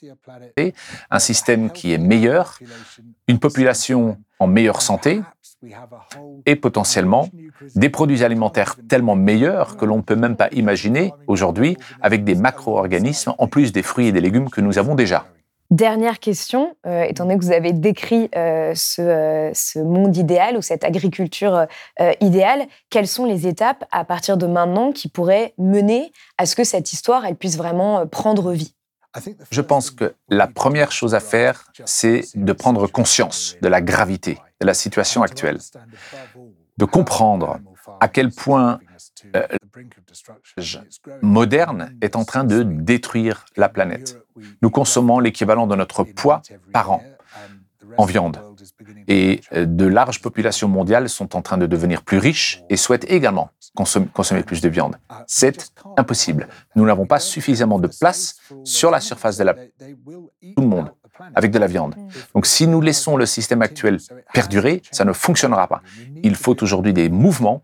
un système qui est meilleur, une population en meilleure santé et potentiellement des produits alimentaires tellement meilleurs que l'on ne peut même pas imaginer aujourd'hui avec des macro-organismes en plus des fruits et des légumes que nous avons déjà. Dernière question, euh, étant donné que vous avez décrit euh, ce, euh, ce monde idéal ou cette agriculture euh, idéale, quelles sont les étapes à partir de maintenant qui pourraient mener à ce que cette histoire elle puisse vraiment prendre vie? Je pense que la première chose à faire, c'est de prendre conscience de la gravité de la situation actuelle, de comprendre à quel point euh, l'âge moderne est en train de détruire la planète. Nous consommons l'équivalent de notre poids par an en viande. Et de larges populations mondiales sont en train de devenir plus riches et souhaitent également consommer, consommer plus de viande. C'est impossible. Nous n'avons pas suffisamment de place sur la surface de la tout le monde avec de la viande. Donc si nous laissons le système actuel perdurer, ça ne fonctionnera pas. Il faut aujourd'hui des mouvements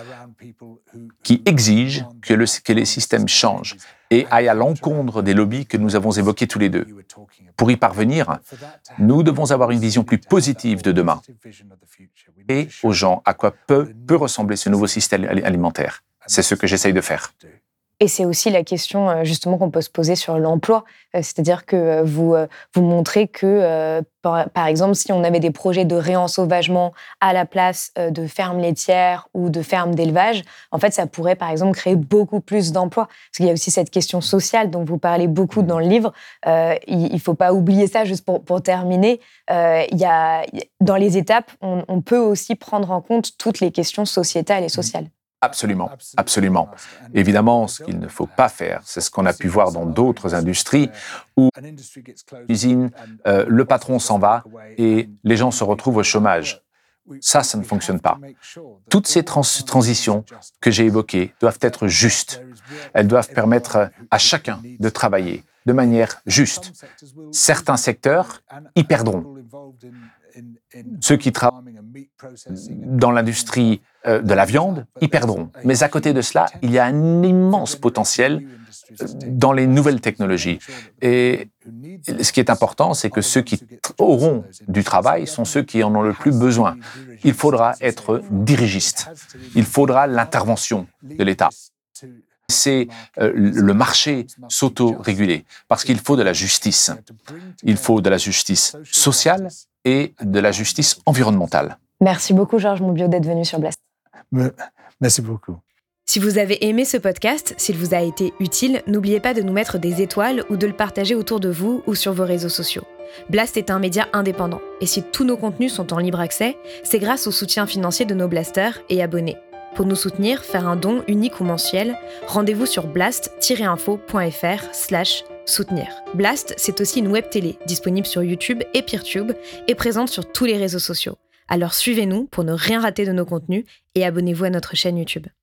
qui exigent que, le, que les systèmes changent et aillent à l'encontre des lobbies que nous avons évoqués tous les deux. Pour y parvenir, nous devons avoir une vision plus positive de demain et aux gens à quoi peut, peut ressembler ce nouveau système alimentaire. C'est ce que j'essaye de faire. Et c'est aussi la question justement qu'on peut se poser sur l'emploi. C'est-à-dire que vous, vous montrez que, par, par exemple, si on avait des projets de réensauvagement à la place de fermes laitières ou de fermes d'élevage, en fait, ça pourrait, par exemple, créer beaucoup plus d'emplois. Parce qu'il y a aussi cette question sociale dont vous parlez beaucoup dans le livre. Euh, il ne faut pas oublier ça, juste pour, pour terminer. Euh, il y a, dans les étapes, on, on peut aussi prendre en compte toutes les questions sociétales et sociales. Absolument, absolument. Évidemment, ce qu'il ne faut pas faire, c'est ce qu'on a pu voir dans d'autres industries où l'usine, euh, le patron s'en va et les gens se retrouvent au chômage. Ça, ça ne fonctionne pas. Toutes ces trans- transitions que j'ai évoquées doivent être justes. Elles doivent permettre à chacun de travailler de manière juste. Certains secteurs y perdront. Ceux qui travaillent dans l'industrie euh, de la viande y perdront. Mais à côté de cela, il y a un immense potentiel dans les nouvelles technologies. Et ce qui est important, c'est que ceux qui auront du travail sont ceux qui en ont le plus besoin. Il faudra être dirigiste. Il faudra l'intervention de l'État. laisser euh, le marché s'auto-réguler, parce qu'il faut de la justice. Il faut de la justice sociale et de la justice environnementale. Merci beaucoup, Georges Monbiot, d'être venu sur Blast. Merci beaucoup. Si vous avez aimé ce podcast, s'il vous a été utile, n'oubliez pas de nous mettre des étoiles ou de le partager autour de vous ou sur vos réseaux sociaux. Blast est un média indépendant, et si tous nos contenus sont en libre accès, c'est grâce au soutien financier de nos blasters et abonnés. Pour nous soutenir, faire un don unique ou mensuel, rendez-vous sur blast tiret info point f r slash soutenir. Blast, c'est aussi une web télé, disponible sur YouTube et Peertube, et présente sur tous les réseaux sociaux. Alors suivez-nous pour ne rien rater de nos contenus et abonnez-vous à notre chaîne YouTube.